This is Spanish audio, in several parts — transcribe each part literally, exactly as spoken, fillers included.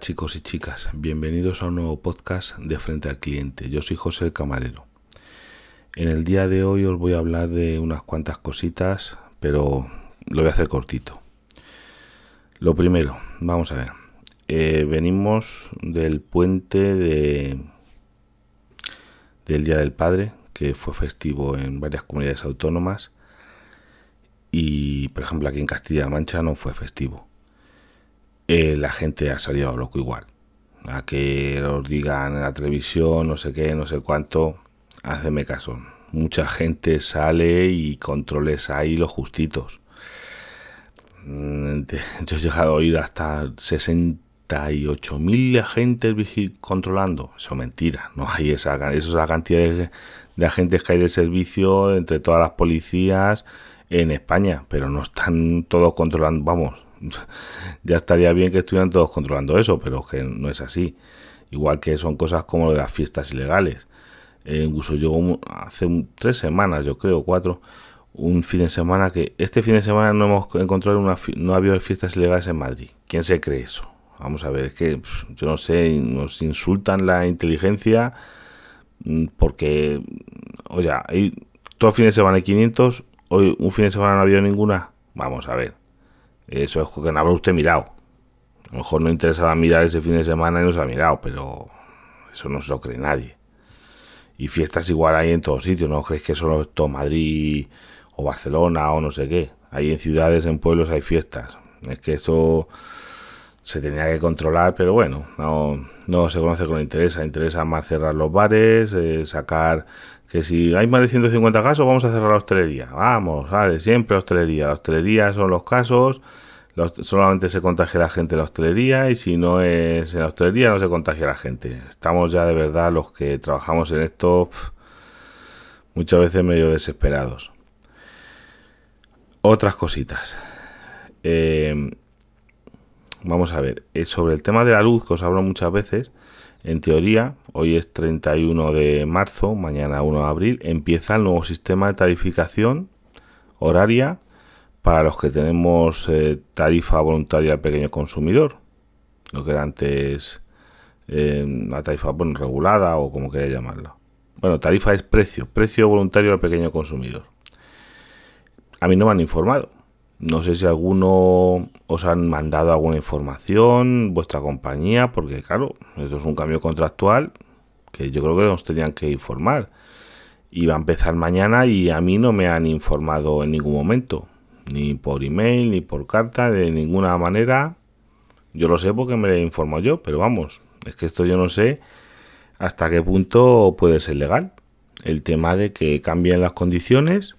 chicos y chicas, bienvenidos a un nuevo podcast de Frente al Cliente. Yo soy José el Camarero. En el día de hoy os voy a hablar de unas cuantas cositas, pero lo voy a hacer cortito. Lo primero, vamos a ver. Eh, venimos del puente de, del Día del Padre, que fue festivo en varias comunidades autónomas, y por ejemplo aquí en Castilla-La Mancha no fue festivo. Eh, la gente ha salido loco igual. A que os digan en la televisión, no sé qué, no sé cuánto, hacedme caso. Mucha gente sale y controles ahí los justitos. Yo he llegado a oír hasta sesenta y ocho mil agentes controlando. Eso es mentira. No hay esa, eso es la cantidad de, de agentes que hay de servicio entre todas las policías en España, pero no están todos controlando, vamos. Ya estaría bien que estuvieran todos controlando eso, pero que no es así. Igual que son cosas como lo de las fiestas ilegales. Eh, incluso yo hace un, tres semanas, yo creo, cuatro, un fin de semana que este fin de semana no hemos encontrado una no ha habido fiestas ilegales en Madrid. ¿Quién se cree eso? Vamos a ver, es que pff, yo no sé, nos insultan la inteligencia porque, oye, hay, todo el fin de semana hay quinientos, hoy un fin de semana no ha habido ninguna. Vamos a ver. Eso es que no habrá usted mirado. A lo mejor no interesaba mirar ese fin de semana y no se ha mirado, pero eso no se lo cree nadie. Y fiestas igual hay en todos sitios, no creéis que solo esto Madrid o Barcelona o no sé qué. Hay en ciudades, en pueblos hay fiestas. Es que eso se tenía que controlar, pero bueno, no, no se conoce con interés. Interesa más cerrar los bares, eh, sacar que si hay más de ciento cincuenta casos vamos a cerrar la hostelería. Vamos, vale, siempre la hostelería. La hostelería son los casos, los, solamente se contagia la gente en la hostelería y si no es en la hostelería no se contagia la gente. Estamos ya de verdad los que trabajamos en esto pff, muchas veces medio desesperados. Otras cositas. Eh, vamos a ver, eh, sobre el tema de la luz que os hablo muchas veces. En teoría, hoy es treinta y uno de marzo, mañana uno de abril, empieza el nuevo sistema de tarificación horaria para los que tenemos eh, tarifa voluntaria al pequeño consumidor, lo que era antes eh, la tarifa bueno, regulada o como queráis llamarlo. Bueno, tarifa es precio, precio voluntario al pequeño consumidor. A mí no me han informado. No sé si alguno os han mandado alguna información, vuestra compañía, porque claro, esto es un cambio contractual que yo creo que nos tenían que informar. Y va a empezar mañana y a mí no me han informado en ningún momento, ni por email, ni por carta, de ninguna manera. Yo lo sé porque me lo he informado yo, pero vamos, es que esto yo no sé hasta qué punto puede ser legal. El tema de que cambien las condiciones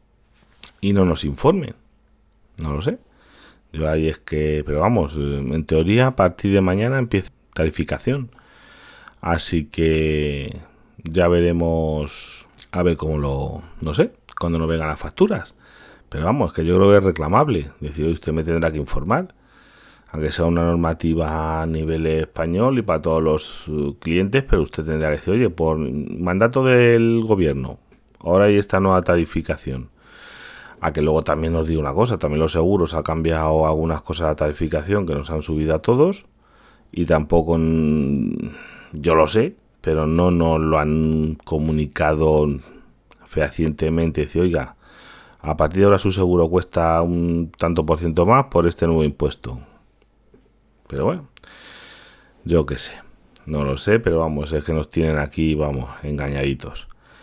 y no nos informen. No lo sé. Yo ahí es que, pero vamos, en teoría a partir de mañana empieza tarificación. Así que ya veremos a ver cómo lo, no sé, cuando nos vengan las facturas. Pero vamos, que yo creo que es reclamable. Es decir, usted me tendrá que informar, aunque sea una normativa a nivel español y para todos los clientes, pero usted tendrá que decir, oye, por mandato del gobierno, ahora hay esta nueva tarificación. A que luego también nos diga una cosa, también los seguros ha cambiado algunas cosas de tarificación que nos han subido a todos y tampoco yo lo sé, pero no nos lo han comunicado fehacientemente. Dice, oiga, a partir de ahora su seguro cuesta un tanto por ciento más por este nuevo impuesto. Pero bueno, yo qué sé, no lo sé, pero vamos, es que nos tienen aquí, vamos, engañaditos.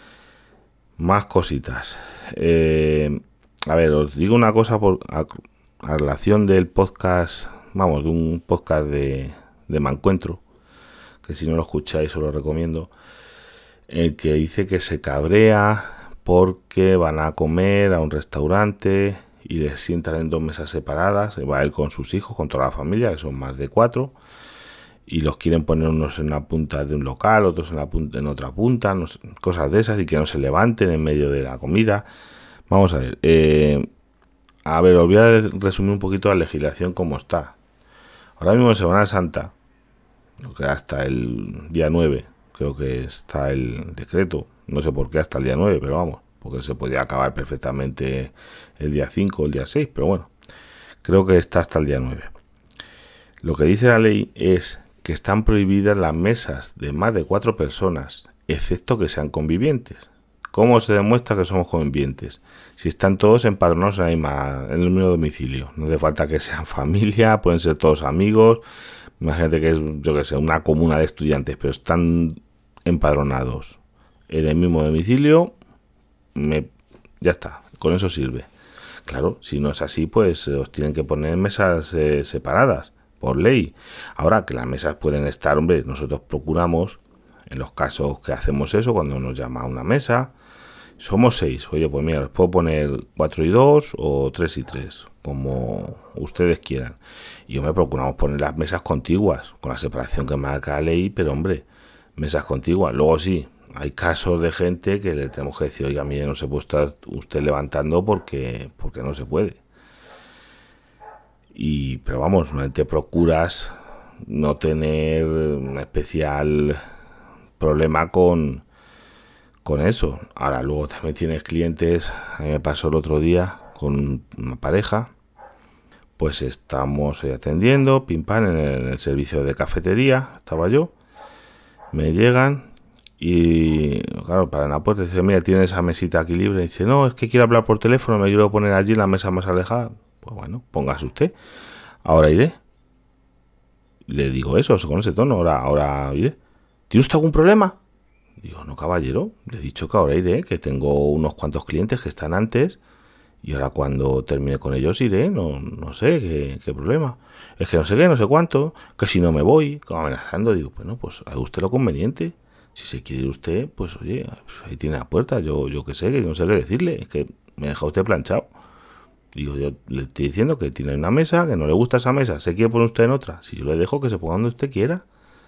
Más cositas. Eh... A ver, os digo una cosa por a, a relación del podcast, vamos, de un podcast de, de Mancuentro, que si no lo escucháis os lo recomiendo, el que dice que se cabrea porque van a comer a un restaurante y les sientan en dos mesas separadas, va él con sus hijos, con toda la familia, que son más de cuatro, y los quieren poner unos en la punta de un local, otros en la punta, en otra punta, no sé, cosas de esas, y que no se levanten en medio de la comida. Vamos a ver, eh, a ver, os voy a resumir un poquito la legislación como está. Ahora mismo en Semana Santa, lo que hasta el día nueve, creo que está el decreto, no sé por qué hasta el día nueve, pero vamos, porque se podía acabar perfectamente el día cinco o el día seis, pero bueno, creo que está hasta el día nueve. Lo que dice la ley es que están prohibidas las mesas de más de cuatro personas, excepto que sean convivientes. ¿Cómo se demuestra que somos convivientes? Si están todos empadronados en, la misma, en el mismo domicilio. No hace falta que sean familia, pueden ser todos amigos. Imagínate que es, yo que sé, una comuna de estudiantes, pero están empadronados en el mismo domicilio, me, ya está, con eso sirve. Claro, si no es así, pues os tienen que poner en mesas eh, separadas, por ley. Ahora que las mesas pueden estar, hombre, nosotros procuramos, en los casos que hacemos eso, cuando nos llama a una mesa, somos seis, oye, pues mira, os puedo poner cuatro y dos o tres y tres, como ustedes quieran. Y yo me procuramos poner las mesas contiguas, con la separación que marca la ley, pero hombre, mesas contiguas. Luego sí, hay casos de gente que le tenemos que decir, oiga, mire, no se puede estar usted levantando porque, porque no se puede. Y, pero vamos, normalmente procuras no tener un especial problema con, con eso. Ahora, luego también tienes clientes, a mí me pasó el otro día con una pareja, pues estamos atendiendo, pim pam, en el, en el servicio de cafetería, estaba yo, me llegan y, claro, para la puerta, dice, mira, tiene esa mesita aquí libre, dice, no, es que quiero hablar por teléfono, me quiero poner allí en la mesa más alejada. Pues bueno, póngase usted, ahora iré. Le digo eso, con ese tono, ahora, ahora iré. ¿Tiene usted algún problema? Digo, no, caballero, le he dicho que ahora iré, que tengo unos cuantos clientes que están antes y ahora cuando termine con ellos iré, no, no sé, ¿qué, qué problema? Es que no sé qué, no sé cuánto, que si no me voy, como amenazando. Digo, bueno, pues haga usted lo conveniente. Si se quiere ir usted, pues oye, ahí tiene la puerta, yo yo qué sé, que no sé qué decirle, es que me deja usted planchado. Digo, yo le estoy diciendo que tiene una mesa, que no le gusta esa mesa, se quiere poner usted en otra. Si yo le dejo que se ponga donde usted quiera,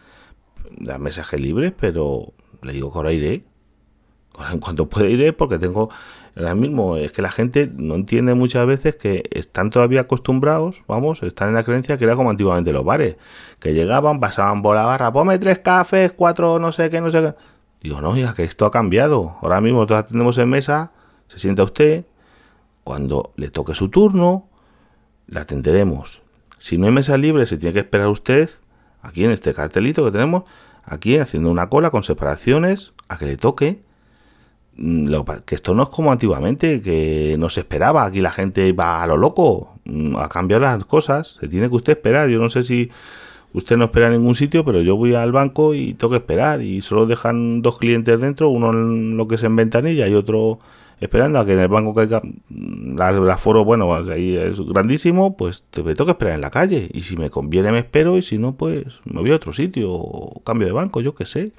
las mesas es libres, pero le digo que ahora iré. Ahora en cuanto pueda iré, porque tengo, ahora mismo, es que la gente no entiende muchas veces que están todavía acostumbrados, vamos, están en la creencia que era como antiguamente los bares, que llegaban, pasaban por la barra, ponme tres cafés, cuatro no sé qué, no sé qué. Digo, no, ya que esto ha cambiado. Ahora mismo nosotros atendemos en mesa, se sienta usted, cuando le toque su turno, la atenderemos. Si no hay mesa libre, se tiene que esperar usted, aquí en este cartelito que tenemos, aquí haciendo una cola con separaciones, a que le toque. Lo, que esto no es como antiguamente, que no se esperaba, aquí la gente iba a lo loco, a cambiar las cosas, se tiene que usted esperar. Yo no sé si usted no espera en ningún sitio, pero yo voy al banco y tengo que esperar y solo dejan dos clientes dentro, uno en lo que es en ventanilla y otro esperando a que en el banco caiga. El aforo, bueno, ahí es grandísimo, pues te, me tengo que esperar en la calle y si me conviene me espero y si no, pues me voy a otro sitio o cambio de banco, yo qué sé.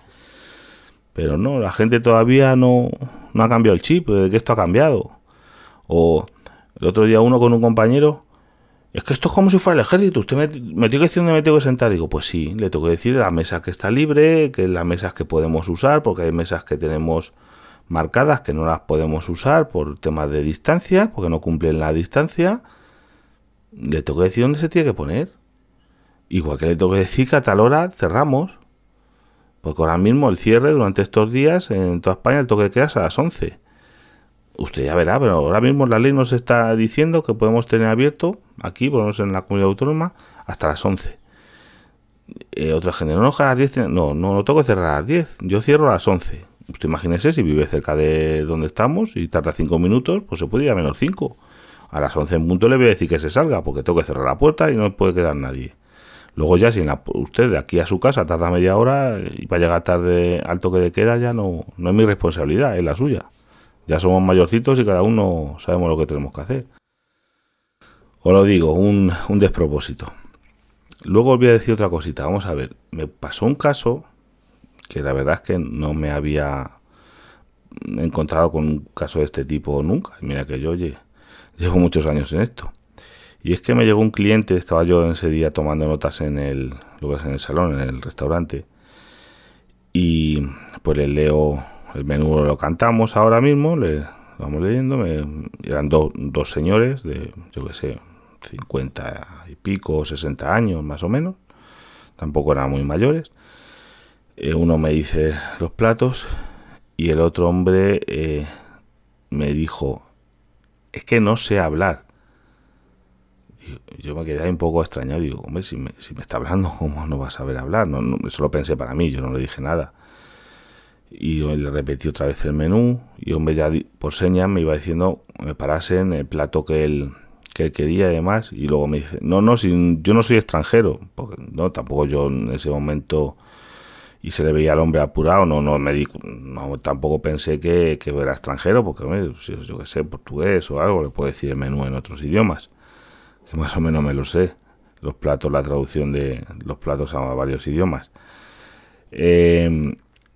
Pero no, la gente todavía no, no ha cambiado el chip de que esto ha cambiado. O el otro día uno con un compañero, es que esto es como si fuera el ejército, usted me, me tiene que decir dónde me tengo que sentar. Digo, pues sí, le tengo que decir la mesa que está libre, que es las mesas que podemos usar, porque hay mesas que tenemos marcadas que no las podemos usar por temas de distancia, porque no cumplen la distancia. Le tengo que decir dónde se tiene que poner. Igual que le tengo que decir que a tal hora cerramos. Porque ahora mismo el cierre durante estos días en toda España el toque de queda es a las once. Usted ya verá, pero ahora mismo la ley nos está diciendo que podemos tener abierto aquí, por lo menos en la comunidad autónoma, hasta las once. Eh, otra gente, no, no, a las diez, no, no, no tengo que cerrar a las diez, yo cierro a las once. Usted imagínese si vive cerca de donde estamos y tarda cinco minutos, pues se puede ir a menos cinco. A las once en punto le voy a decir que se salga, porque tengo que cerrar la puerta y no puede quedar nadie. Luego ya si la, usted de aquí a su casa tarda media hora y va a llegar tarde al toque de queda, ya no, no es mi responsabilidad, es la suya. Ya somos mayorcitos y cada uno sabemos lo que tenemos que hacer. Os lo digo, un, un despropósito. Luego os voy a decir otra cosita. Vamos a ver, me pasó un caso que la verdad es que no me había encontrado con un caso de este tipo nunca. Y mira que yo oye, llevo muchos años en esto. Y es que me llegó un cliente, estaba yo en ese día tomando notas en el, lo que es en el salón, en el restaurante, y pues le leo el menú, lo cantamos ahora mismo, le vamos leyendo, me, eran do, dos señores de, yo qué sé, cincuenta y pico, sesenta años más o menos, tampoco eran muy mayores. Eh, uno me dice los platos y el otro hombre eh, me dijo, es que no sé hablar. Yo me quedé ahí un poco extrañado. Digo, hombre, si me, si me está hablando, ¿cómo no vas a saber hablar? No, no, eso lo pensé para mí, yo no le dije nada. Y le repetí otra vez el menú. Y hombre, ya por señas me iba diciendo, me parase en el plato que él, que él quería y demás. Y luego me dice, no, no, si, yo no soy extranjero. Porque no, tampoco yo en ese momento... Y se le veía al hombre apurado, no, no me di, no, tampoco pensé que, que era extranjero, porque hombre, yo que sé, portugués o algo, le puedo decir el menú en otros idiomas, que más o menos me lo sé, los platos, la traducción de los platos a varios idiomas. Eh,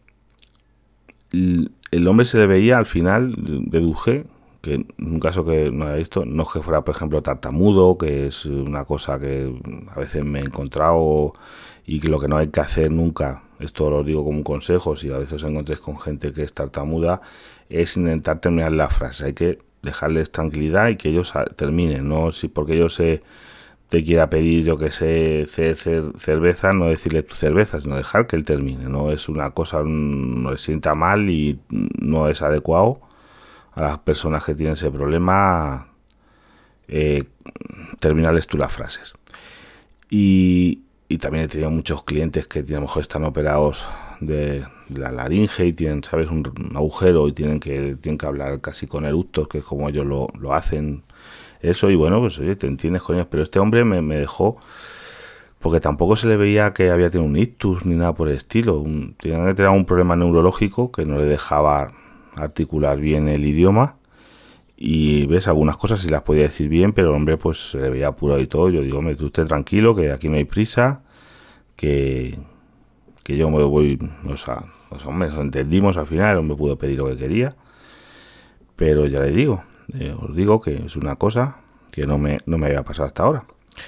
el hombre se le veía, al final deduje que en un caso que no he visto, no es que fuera, por ejemplo, tartamudo, que es una cosa que a veces me he encontrado y que lo que no hay que hacer nunca, esto lo digo como un consejo, si a veces os encontréis con gente que es tartamuda, es intentar terminar la frase. Hay que dejarles tranquilidad y que ellos terminen, no si porque ellos se te quiera pedir, yo que sé, cer, cer, cerveza, no decirle tu cerveza, sino dejar que él termine. No es una cosa, no le sienta mal y no es adecuado a las personas que tienen ese problema eh, terminarles tú las frases. Y, y también he tenido muchos clientes que a lo mejor están operados de, de la laringe y tienen, ¿sabes?, un, un agujero y tienen que tienen que hablar casi con eructos, que es como ellos lo, lo hacen. Eso, y bueno, pues oye, te entiendes con ellos. Pero este hombre me, me dejó, porque tampoco se le veía que había tenido un ictus ni nada por el estilo. Un, tenía que tener un problema neurológico que no le dejaba articular bien el idioma. Y ves, algunas cosas sí las podía decir bien, pero el hombre pues se le veía apurado y todo. Yo digo, hombre, tú estés tranquilo, que aquí no hay prisa, que, que yo me voy, o sea, o sea, hombre, nos entendimos al final, el hombre pudo pedir lo que quería. Pero ya le digo, eh, os digo que es una cosa que no me, no me había pasado hasta ahora.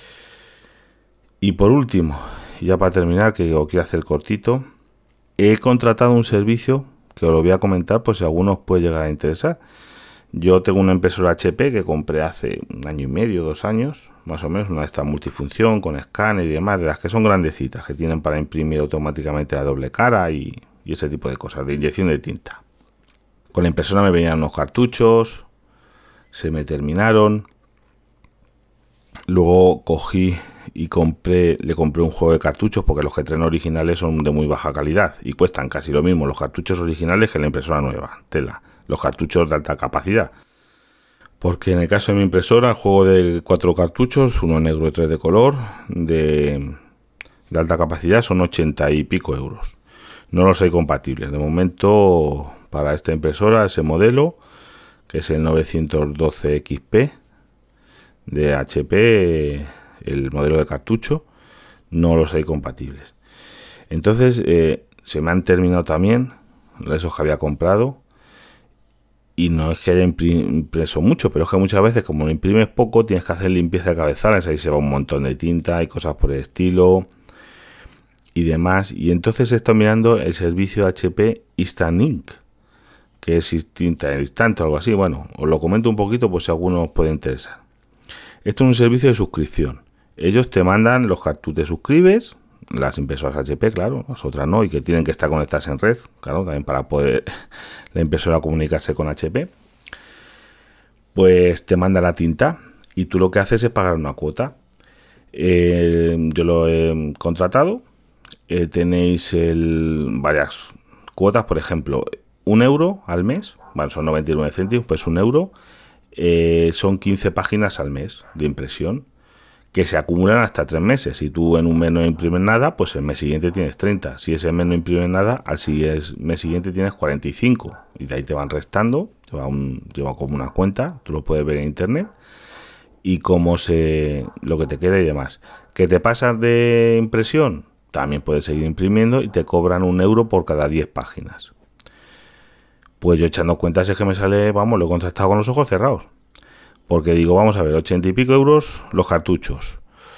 Y por último, ya para terminar, que os quiero hacer cortito, he contratado un servicio que os lo voy a comentar, pues si a algunos puede llegar a interesar. Yo tengo una impresora H P que compré hace un año y medio, dos años, más o menos, una de estas multifunción con escáner y demás, de las que son grandecitas, que tienen para imprimir automáticamente la doble cara y, y ese tipo de cosas, de inyección de tinta. Con la impresora me venían unos cartuchos, se me terminaron. Luego cogí y compré, le compré un juego de cartuchos, porque los que traen originales son de muy baja calidad y cuestan casi lo mismo los cartuchos originales que la impresora nueva, tela. Los cartuchos de alta capacidad, porque en el caso de mi impresora, el juego de cuatro cartuchos, uno negro y tres de color, de, de alta capacidad, son ochenta y pico euros. No los hay compatibles de momento para esta impresora, ese modelo, que es el novecientos doce X P de H P, el modelo de cartucho, no los hay compatibles. Entonces eh, se me han terminado también esos que había comprado. Y no es que haya impreso mucho, pero es que muchas veces, como lo imprimes poco, tienes que hacer limpieza de cabezales. Ahí se va un montón de tinta y cosas por el estilo y demás. Y entonces he estado mirando el servicio de H P Instant Ink, que es tinta en instante o algo así. Bueno, os lo comento un poquito, pues si a alguno os puede interesar. Esto es un servicio de suscripción. Ellos te mandan los cartuchos, te suscribes, las impresoras H P, claro, las otras no, y que tienen que estar conectadas en red, claro, también para poder la impresora comunicarse con H P, pues te manda la tinta y tú lo que haces es pagar una cuota. Eh, yo lo he contratado, eh, tenéis el, varias cuotas, por ejemplo, un euro al mes, bueno, son noventa y nueve céntimos, pues un euro, eh, son quince páginas al mes de impresión, que se acumulan hasta tres meses. Si tú en un mes no imprimes nada, pues el mes siguiente tienes treinta. Si ese mes no imprimes nada, al mes siguiente tienes cuarenta y cinco. Y de ahí te van restando, lleva, un, lleva como una cuenta, tú lo puedes ver en internet, y cómo se, lo que te queda y demás. ¿Que te pasas de impresión? También puedes seguir imprimiendo y te cobran un euro por cada diez páginas. Pues yo echando cuentas es que me sale, vamos, lo he contrastado con los ojos cerrados. Porque digo, vamos a ver, ochenta y pico euros los cartuchos.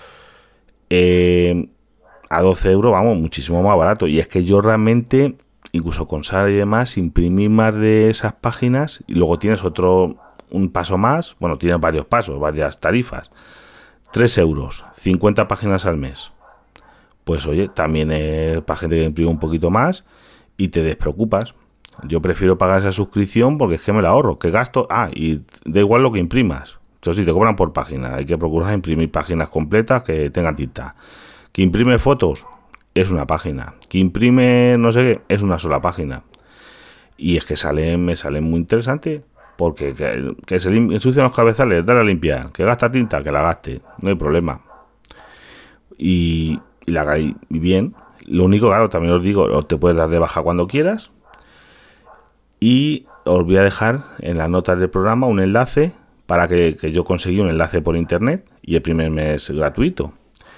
Eh, a doce euros, vamos, muchísimo más barato. Y es que yo realmente, incluso con Sara y demás, imprimí más de esas páginas y luego tienes otro, un paso más. Bueno, tienes varios pasos, varias tarifas. tres euros, cincuenta páginas al mes. Pues oye, también es para gente que imprime un poquito más y te despreocupas. Yo prefiero pagar esa suscripción porque es que me la ahorro. ¿Qué gasto? Ah, y da igual lo que imprimas. Eso sí, te cobran por página. Hay que procurar imprimir páginas completas que tengan tinta. Que imprime fotos, es una página. Que imprime no sé qué, es una sola página. Y es que sale, me sale muy interesante. Porque que, que se ensucian los cabezales, dale a limpiar. Que gasta tinta, que la gaste. No hay problema. Y, y la hagáis bien. Lo único, claro, también os digo, te puedes dar de baja cuando quieras. Y os voy a dejar en las notas del programa un enlace para que, que yo conseguí un enlace por internet y el primer mes gratuito.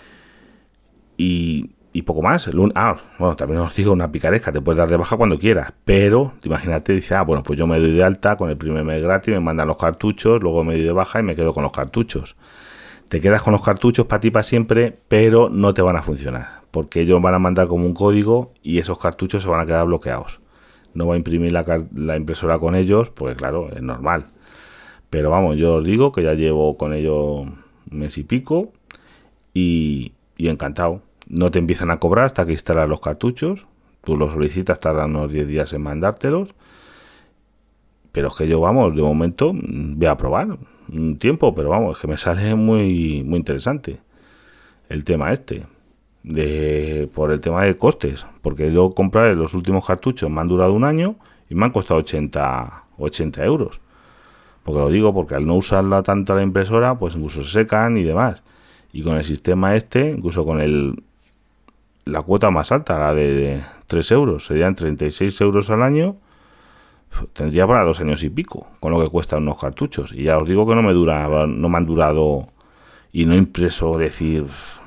Y, y poco más. Ah, bueno, también os digo una picaresca, te puedes dar de baja cuando quieras, pero imagínate, dice, ah, bueno, pues yo me doy de alta con el primer mes gratis, me mandan los cartuchos, luego me doy de baja y me quedo con los cartuchos. Te quedas con los cartuchos para ti para siempre, pero no te van a funcionar, porque ellos van a mandar como un código y esos cartuchos se van a quedar bloqueados. No va a imprimir la, la impresora con ellos, porque claro, es normal. Pero vamos, yo os digo que ya llevo con ellos un mes y pico y, y encantado. No te empiezan a cobrar hasta que instalas los cartuchos. Tú los solicitas, tardan unos diez días en mandártelos. Pero es que yo, vamos, de momento voy a probar un tiempo, pero vamos, es que me sale muy, muy interesante el tema este. De, por el tema de costes, porque yo compré los últimos cartuchos, me han durado un año y me han costado ochenta euros. Porque lo digo, porque al no usarla tanto la impresora, pues incluso se secan y demás. Y con el sistema este, incluso con el la cuota más alta, la de, de tres euros, serían treinta y seis euros al año, tendría para dos años y pico, con lo que cuestan unos cartuchos. Y ya os digo que no me dura, no me han durado, y no he impreso, decir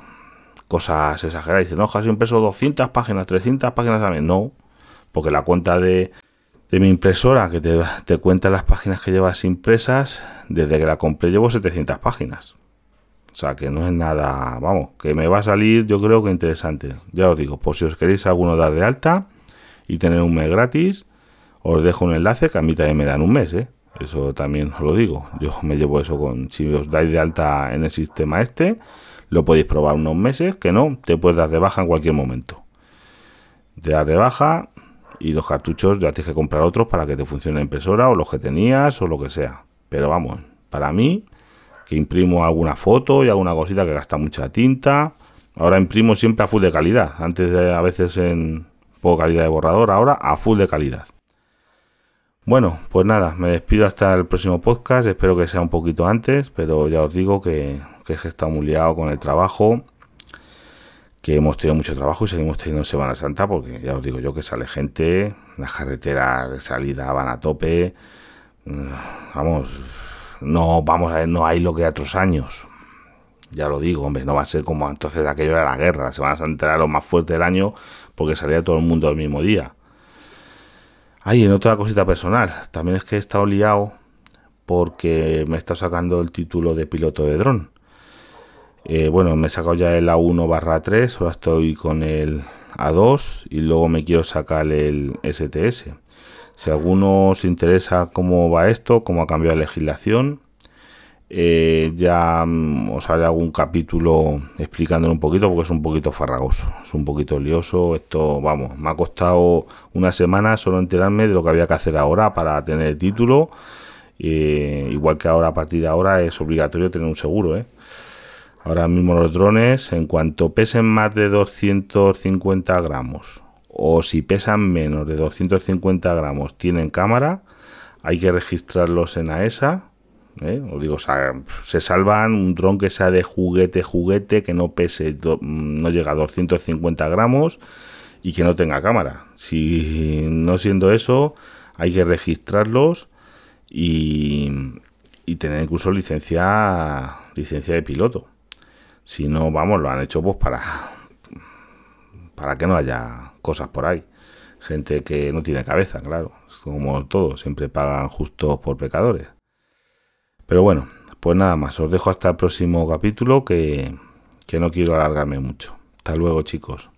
cosas exageradas. Dice, no, casi impreso doscientas páginas, trescientas páginas a mes. No, porque la cuenta de, de mi impresora, que te, te cuenta las páginas que llevas impresas, desde que la compré llevo setecientas páginas. O sea, que no es nada, vamos, que me va a salir, yo creo que interesante. Ya os digo, pues si os queréis alguno dar de alta y tener un mes gratis, os dejo un enlace, que a mí también me dan un mes, ¿eh? Eso también os lo digo. Yo me llevo eso con, si os dais de alta en el sistema este, lo podéis probar unos meses, que no, te puedes dar de baja en cualquier momento. Te das de baja y los cartuchos ya tienes que comprar otros para que te funcione la impresora o los que tenías o lo que sea. Pero vamos, para mí, que imprimo alguna foto y alguna cosita que gasta mucha tinta, ahora imprimo siempre a full de calidad. Antes de, a veces en poca calidad de borrador, ahora a full de calidad. Bueno, pues nada, me despido hasta el próximo podcast, espero que sea un poquito antes, pero ya os digo que, que he estado muy liado con el trabajo, que hemos tenido mucho trabajo y seguimos teniendo Semana Santa, porque ya os digo yo que sale gente, las carreteras de salida van a tope, vamos, no vamos a ver, no hay lo que otros años, ya lo digo, hombre, no va a ser como entonces aquello era la guerra, la Semana Santa era lo más fuerte del año, porque salía todo el mundo el mismo día. Ay, en otra cosita personal, también es que he estado liado porque me he estado sacando el título de piloto de dron. Eh, bueno, me he sacado ya el A uno barra tres, ahora estoy con el A dos y luego me quiero sacar el S T S. Si a alguno os interesa cómo va esto, cómo ha cambiado la legislación, eh, ya mm, os haré algún capítulo explicándolo un poquito, porque es un poquito farragoso, es un poquito lioso. Esto, vamos, me ha costado una semana solo enterarme de lo que había que hacer ahora para tener el título. Eh, igual que ahora, a partir de ahora, es obligatorio tener un seguro, ¿eh? Ahora mismo los drones, en cuanto pesen más de doscientos cincuenta gramos, o si pesan menos de doscientos cincuenta gramos, tienen cámara, hay que registrarlos en AESA. ¿Eh? Os digo, o sea, se salvan un dron que sea de juguete, juguete, que no pese, do, no llega a doscientos cincuenta gramos y que no tenga cámara. Si no siendo eso, hay que registrarlos y, y tener incluso licencia, licencia de piloto. Si no, vamos, lo han hecho pues para, para que no haya cosas por ahí. Gente que no tiene cabeza, claro. Es como todo, siempre pagan justos por pecadores. Pero bueno, pues nada más, os dejo hasta el próximo capítulo, que, que no quiero alargarme mucho. Hasta luego, chicos.